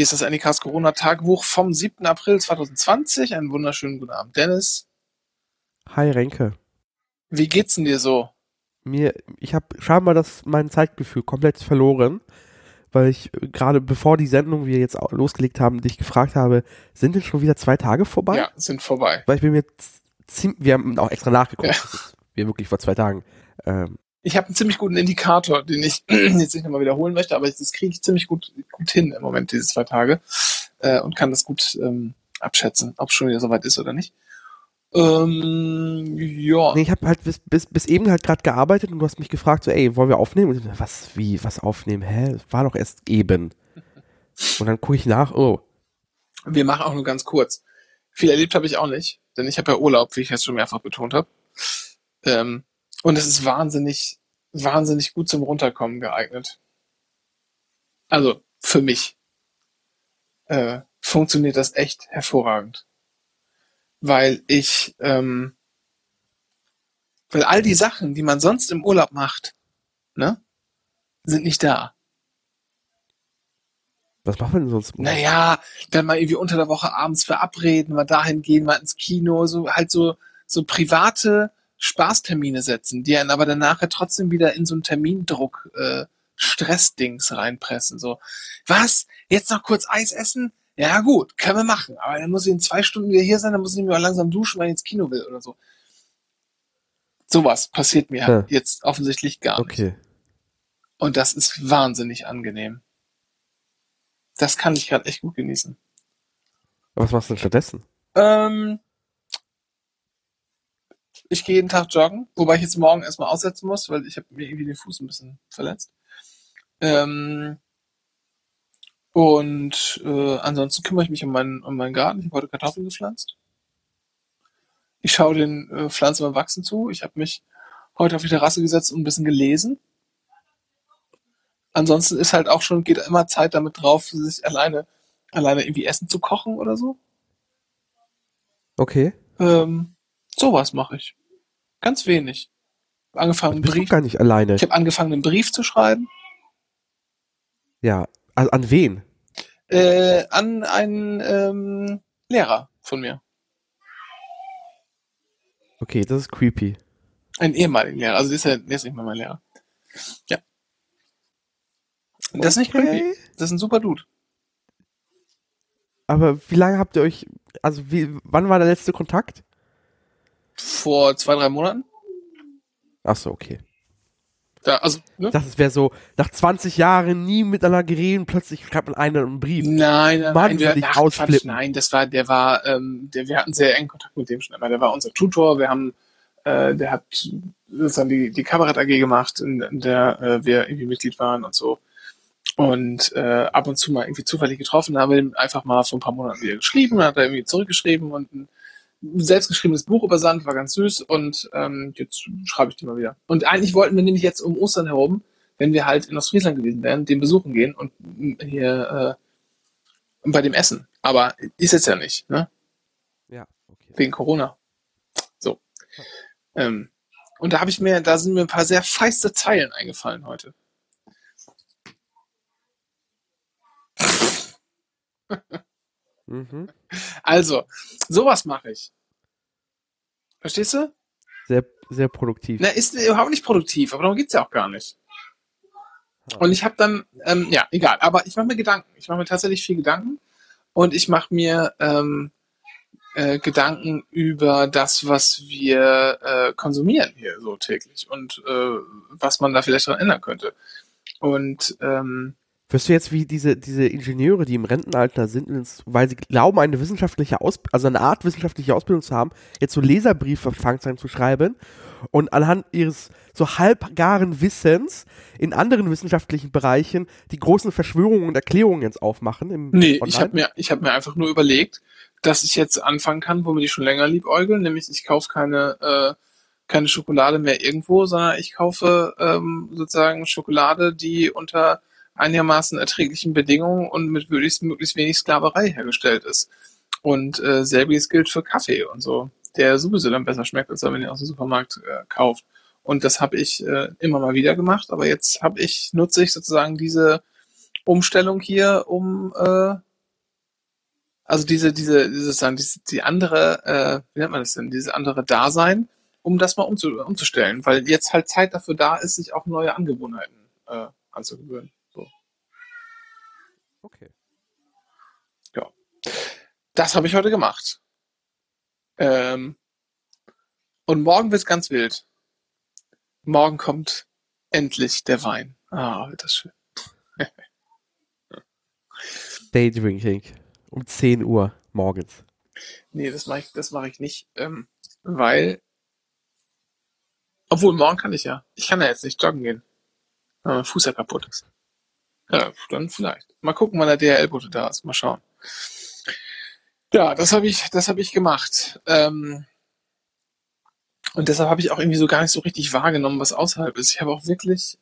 Hier ist das Anycast Corona-Tagebuch vom 7. April 2020. Einen wunderschönen guten Abend, Dennis. Hi Renke. Wie geht's denn dir so? Ich habe scheinbar mein Zeitgefühl komplett verloren, weil ich gerade bevor die Sendung wir jetzt losgelegt haben, dich gefragt habe, sind denn schon wieder 2 Tage vorbei? Ja, sind vorbei. Weil ich bin mir wir haben auch extra nachgeguckt, Ja. das ist wir wirklich vor 2 Tagen. Ich habe einen ziemlich guten Indikator, den ich jetzt nicht nochmal wiederholen möchte, aber das kriege ich ziemlich gut hin im Moment, diese 2 Tage, und kann das gut abschätzen, ob es schon wieder soweit ist oder nicht. Ja. Nee, ich habe halt bis eben halt gerade gearbeitet und du hast mich gefragt, so, ey, wollen wir aufnehmen? Und ich so, was aufnehmen? Hä? Das war doch erst eben. Und dann gucke ich nach, oh. Wir machen auch nur ganz kurz. Viel erlebt habe ich auch nicht, denn ich habe ja Urlaub, wie ich jetzt schon mehrfach betont habe. Und es ist wahnsinnig, wahnsinnig gut zum Runterkommen geeignet. Also für mich funktioniert das echt hervorragend. Weil weil all die Sachen, die man sonst im Urlaub macht, ne, sind nicht da. Was machen wir denn sonst? Naja, dann mal irgendwie unter der Woche abends verabreden, mal dahin gehen, mal ins Kino, so private Spaßtermine setzen, die einen aber dann nachher trotzdem wieder in so einen Termindruck, Stressdings reinpressen. So, was? Jetzt noch kurz Eis essen? Ja gut, können wir machen. Aber dann muss ich in 2 Stunden wieder hier sein, dann muss ich mir auch langsam duschen, weil ich ins Kino will oder so. Sowas passiert mir jetzt offensichtlich gar nicht. Okay. Und das ist wahnsinnig angenehm. Das kann ich gerade echt gut genießen. Was machst du denn stattdessen? Ich gehe jeden Tag joggen, wobei ich jetzt morgen erstmal aussetzen muss, weil ich habe mir irgendwie den Fuß ein bisschen verletzt. Ansonsten kümmere ich mich um meinen Garten. Ich habe heute Kartoffeln gepflanzt. Ich schaue den Pflanzen beim Wachsen zu. Ich habe mich heute auf die Terrasse gesetzt und ein bisschen gelesen. Ansonsten ist halt auch schon, geht immer Zeit damit drauf, sich alleine irgendwie Essen zu kochen oder so. Okay. Sowas mache ich. Ganz wenig. Du bist doch gar nicht alleine. Ich habe angefangen, einen Brief zu schreiben. Ja, also an wen? An einen Lehrer von mir. Okay, das ist creepy. Einen ehemaligen Lehrer. Also der ist nicht mehr mein Lehrer. Ja. Das ist nicht creepy. Das ist ein super Dude. Aber wie lange habt ihr euch, wann war der letzte Kontakt? Vor 2, 3 Monaten. Ach so, okay. Ja, also, ne? Das wäre so, nach 20 Jahren nie miteinander geredet, plötzlich schreibt man einen Brief. Nein, Mann, wir hatten sehr engen Kontakt mit dem schon immer. Der war unser Tutor. Der hat sozusagen die Kabarett AG gemacht, in der wir irgendwie Mitglied waren und so. Und ab und zu mal irgendwie zufällig getroffen, haben wir ihm einfach mal vor ein paar Monaten wieder geschrieben, hat er irgendwie zurückgeschrieben und ein selbstgeschriebenes Buch übersandt, war ganz süß und jetzt schreibe ich die mal wieder. Und eigentlich wollten wir nämlich jetzt um Ostern herum, wenn wir halt in Ostfriesland gewesen wären, den besuchen gehen und hier bei dem Essen. Aber ist jetzt ja nicht, ne? Ja, okay. Wegen Corona. So. Und da sind mir ein paar sehr feiste Zeilen eingefallen heute. Mhm. Also, sowas mache ich. Verstehst du? Sehr, sehr produktiv. Na, ist überhaupt nicht produktiv, aber darum geht's ja auch gar nicht. Und ich habe dann, ja, egal, aber ich mache mir Gedanken. Ich mache mir tatsächlich viel Gedanken und ich mache mir Gedanken über das, was wir konsumieren hier so täglich und was man da vielleicht dran ändern könnte. Und wirst du jetzt wie diese Ingenieure, die im Rentenalter sind, weil sie glauben, eine Art wissenschaftliche Ausbildung zu haben, jetzt so Leserbriefe zu schreiben und anhand ihres so halbgaren Wissens in anderen wissenschaftlichen Bereichen die großen Verschwörungen und Erklärungen jetzt aufmachen? Nee, ich hab mir einfach nur überlegt, dass ich jetzt anfangen kann, womit ich schon länger liebäugeln, nämlich ich kaufe keine Schokolade mehr irgendwo, sondern ich kaufe sozusagen Schokolade, die unter einigermaßen erträglichen Bedingungen und mit möglichst wenig Sklaverei hergestellt ist. Und selbiges gilt für Kaffee und so, der sowieso dann besser schmeckt, als wenn ihr aus dem Supermarkt kauft. Und das habe ich immer mal wieder gemacht, aber jetzt nutze ich sozusagen diese Umstellung hier, um Also die andere, wie nennt man das denn, diese andere Dasein, um das mal umzustellen, weil jetzt halt Zeit dafür da ist, sich auch neue Angewohnheiten anzugewöhnen. So, Okay. ja. Das habe ich heute gemacht. Ähm, und morgen wird's ganz wild. Morgen kommt endlich der Wein. Ah, wird das schön. Daydrinking. Um 10 Uhr morgens. Nee, das mache ich nicht, weil, obwohl morgen kann ich ja. Ich kann ja jetzt nicht joggen gehen, weil mein Fuß ja kaputt ist. Ja, dann vielleicht. Mal gucken, wann der DHL-Bote da ist. Mal schauen. Ja, das habe ich gemacht. Und deshalb habe ich auch irgendwie so gar nicht so richtig wahrgenommen, was außerhalb ist. Ich habe auch wirklich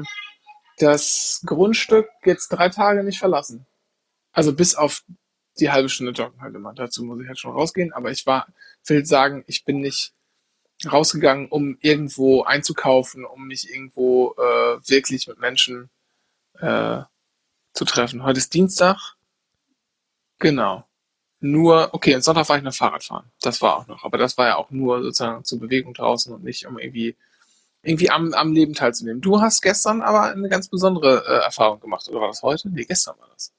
das Grundstück jetzt 3 Tage nicht verlassen. Also bis auf die halbe Stunde joggen halt immer. Dazu muss ich halt schon rausgehen. Aber will sagen, ich bin nicht rausgegangen, um irgendwo einzukaufen, um mich irgendwo wirklich mit Menschen äh, zu treffen. Heute ist Dienstag. Genau. Nur, okay, und Sonntag war ich noch Fahrradfahren. Das war auch noch. Aber das war ja auch nur sozusagen zur Bewegung draußen und nicht, um irgendwie am Leben teilzunehmen. Du hast gestern aber eine ganz besondere Erfahrung gemacht. Oder war das heute? Nee, gestern war das.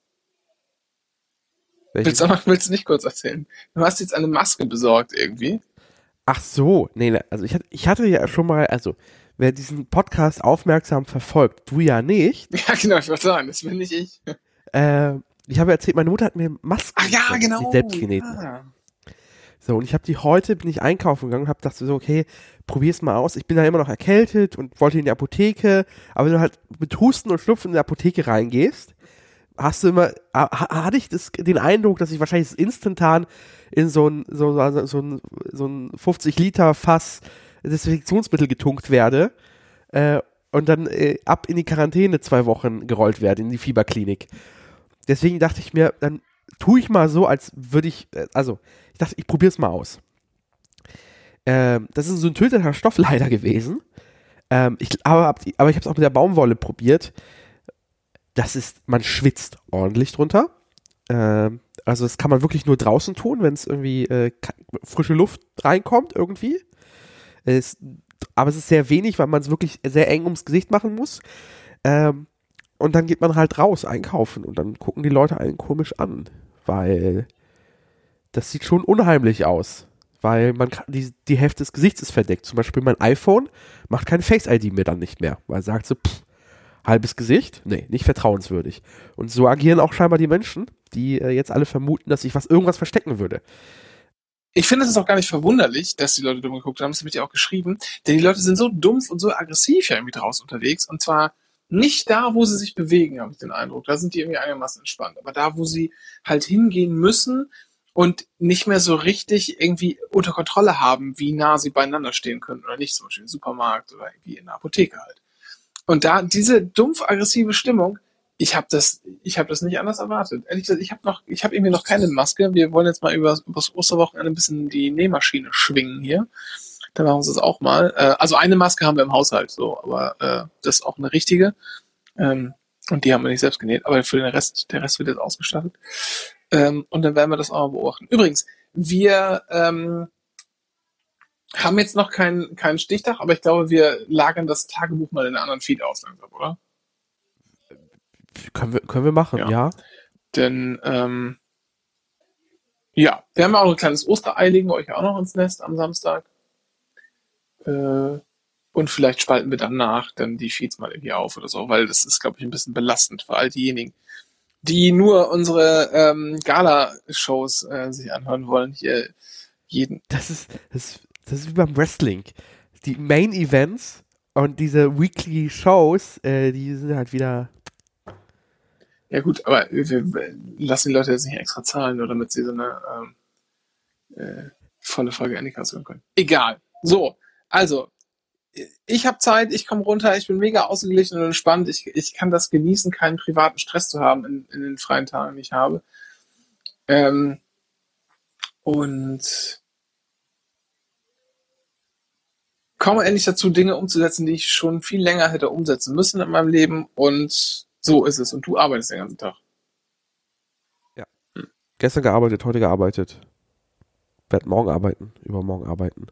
Welche denn? Willst du nicht kurz erzählen? Du hast jetzt eine Maske besorgt irgendwie. Ach so, nee, ne, also ich hatte ja schon mal, also wer diesen Podcast aufmerksam verfolgt, du ja nicht, Ja, genau, ich wollte sagen, das bin nicht ich. ich habe erzählt, meine Mutter hat mir Masken Ach ja, besorgt, die genau. selbstgenähten. Ja. So, und ich habe die heute, bin ich einkaufen gegangen und habe gedacht so, okay, probier's mal aus. Ich bin da immer noch erkältet und wollte in die Apotheke, aber wenn du halt mit Husten und Schnupfen in die Apotheke reingehst, hast du immer, hatte ich den Eindruck, dass ich wahrscheinlich instantan in so ein 50 Liter Fass Desinfektionsmittel getunkt werde und dann ab in die Quarantäne 2 Wochen gerollt werde, in die Fieberklinik. Deswegen dachte ich mir, dann tue ich mal so, als würde ich, ich dachte, ich probiere es mal aus. Das ist ein synthetischer Stoff leider gewesen. Aber ich habe es auch mit der Baumwolle probiert. Man schwitzt ordentlich drunter. Also das kann man wirklich nur draußen tun, wenn es irgendwie frische Luft reinkommt irgendwie. Aber es ist sehr wenig, weil man es wirklich sehr eng ums Gesicht machen muss. Und dann geht man halt raus einkaufen und dann gucken die Leute einen komisch an, weil das sieht schon unheimlich aus. Weil die Hälfte des Gesichts ist verdeckt. Zum Beispiel mein iPhone macht kein Face-ID mehr dann nicht mehr, weil sagt so, halbes Gesicht? Nee, nicht vertrauenswürdig. Und so agieren auch scheinbar die Menschen, die jetzt alle vermuten, dass ich irgendwas verstecken würde. Ich finde es ist auch gar nicht verwunderlich, dass die Leute dumm geguckt haben. Das habe ich dir auch geschrieben. Denn die Leute sind so dumpf und so aggressiv ja irgendwie draußen unterwegs. Und zwar nicht da, wo sie sich bewegen, habe ich den Eindruck. Da sind die irgendwie einigermaßen entspannt. Aber da, wo sie halt hingehen müssen und nicht mehr so richtig irgendwie unter Kontrolle haben, wie nah sie beieinander stehen können oder nicht, zum Beispiel im Supermarkt oder irgendwie in der Apotheke halt. Und da diese dumpf-aggressive Stimmung, ich hab das nicht anders erwartet. Ehrlich gesagt, ich habe irgendwie noch keine Maske. Wir wollen jetzt mal übers Osterwochenende ein bisschen die Nähmaschine schwingen hier. Da machen wir uns das auch mal. Also eine Maske haben wir im Haushalt, so, aber das ist auch eine richtige. Und die haben wir nicht selbst genäht, aber für der Rest wird jetzt ausgestattet. Und dann werden wir das auch mal beobachten. Übrigens, wir haben jetzt noch keinen Stichtag, aber ich glaube, wir lagern das Tagebuch mal in einen anderen Feed aus, langsam, oder? Können wir machen, Ja. ja. Denn, ja, wir haben ja auch ein kleines Osterei, legen wir euch ja auch noch ins Nest am Samstag. Und vielleicht spalten wir danach dann die Feeds mal irgendwie auf oder so, weil das ist, glaube ich, ein bisschen belastend für all diejenigen, die nur unsere Gala-Shows sich anhören wollen. Hier jeden. Das ist wie beim Wrestling. Die Main Events und diese Weekly Shows, die sind halt wieder. Ja gut, aber wir lassen die Leute jetzt nicht extra zahlen, nur damit sie so eine volle Folge Anycast hören können. Egal. So, also, ich habe Zeit, ich komme runter, ich bin mega ausgeglichen und entspannt. Ich kann das genießen, keinen privaten Stress zu haben in den freien Tagen, die ich habe. Und komme endlich dazu, Dinge umzusetzen, die ich schon viel länger hätte umsetzen müssen in meinem Leben. Und so ist es. Und du arbeitest den ganzen Tag. Ja. Gestern gearbeitet, heute gearbeitet. Werd morgen arbeiten, übermorgen arbeiten.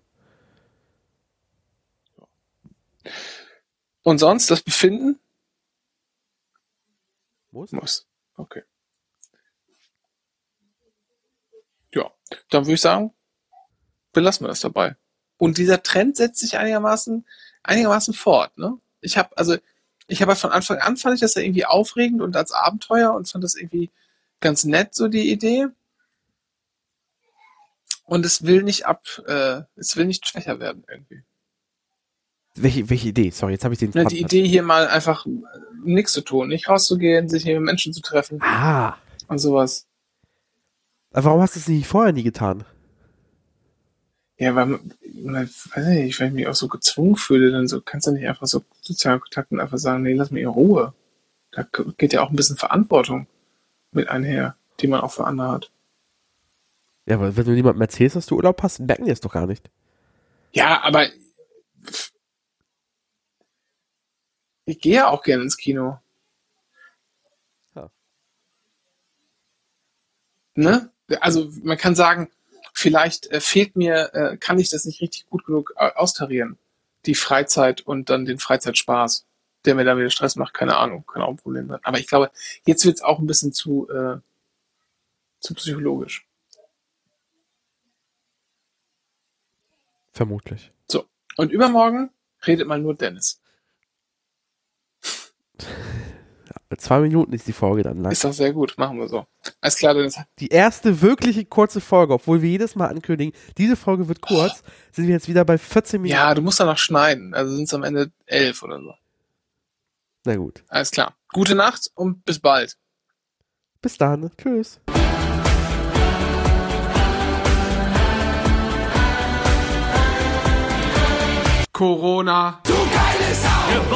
Und sonst das Befinden? Muss. Okay. Ja, dann würde ich sagen, belassen wir das dabei. Und dieser Trend setzt sich einigermaßen fort, ne? Ich habe von Anfang an fand ich das ja irgendwie aufregend und als Abenteuer und fand das irgendwie ganz nett, so die Idee. Und es will nicht schwächer werden irgendwie. Welche Idee? Sorry, jetzt habe ich den Ja, die Idee hier mal einfach nichts zu tun, nicht rauszugehen, sich hier mit Menschen zu treffen und sowas. Aber warum hast du es vorher nie getan? Ja, weil weiß nicht, weil ich mich auch so gezwungen fühle, dann so kannst du nicht einfach so sozialen Kontakten einfach sagen, nee, lass mich in Ruhe. Da geht ja auch ein bisschen Verantwortung mit einher, die man auch für andere hat. Ja, aber wenn du niemandem erzählst, dass du Urlaub hast, merken die es doch gar nicht. Ja, aber ich gehe ja auch gerne ins Kino. Ja. Ne? Also man kann sagen, vielleicht kann ich das nicht richtig gut genug austarieren. Die Freizeit und dann den Freizeitspaß, der mir da wieder Stress macht, keine Ahnung, kann auch ein Problem sein. Aber ich glaube, jetzt wird es auch ein bisschen zu psychologisch. Vermutlich. So, und übermorgen redet mal nur Dennis. 2 Minuten ist die Folge dann lang. Ist doch sehr gut, machen wir so. Alles klar, Dennis. Die erste wirkliche kurze Folge, obwohl wir jedes Mal ankündigen, diese Folge wird kurz, sind wir jetzt wieder bei 14 Minuten. Ja, du musst da noch schneiden, also sind es am Ende 11 oder so. Na gut. Alles klar. Gute Nacht und bis bald. Bis dann. Tschüss. Corona. Du geiles Sau!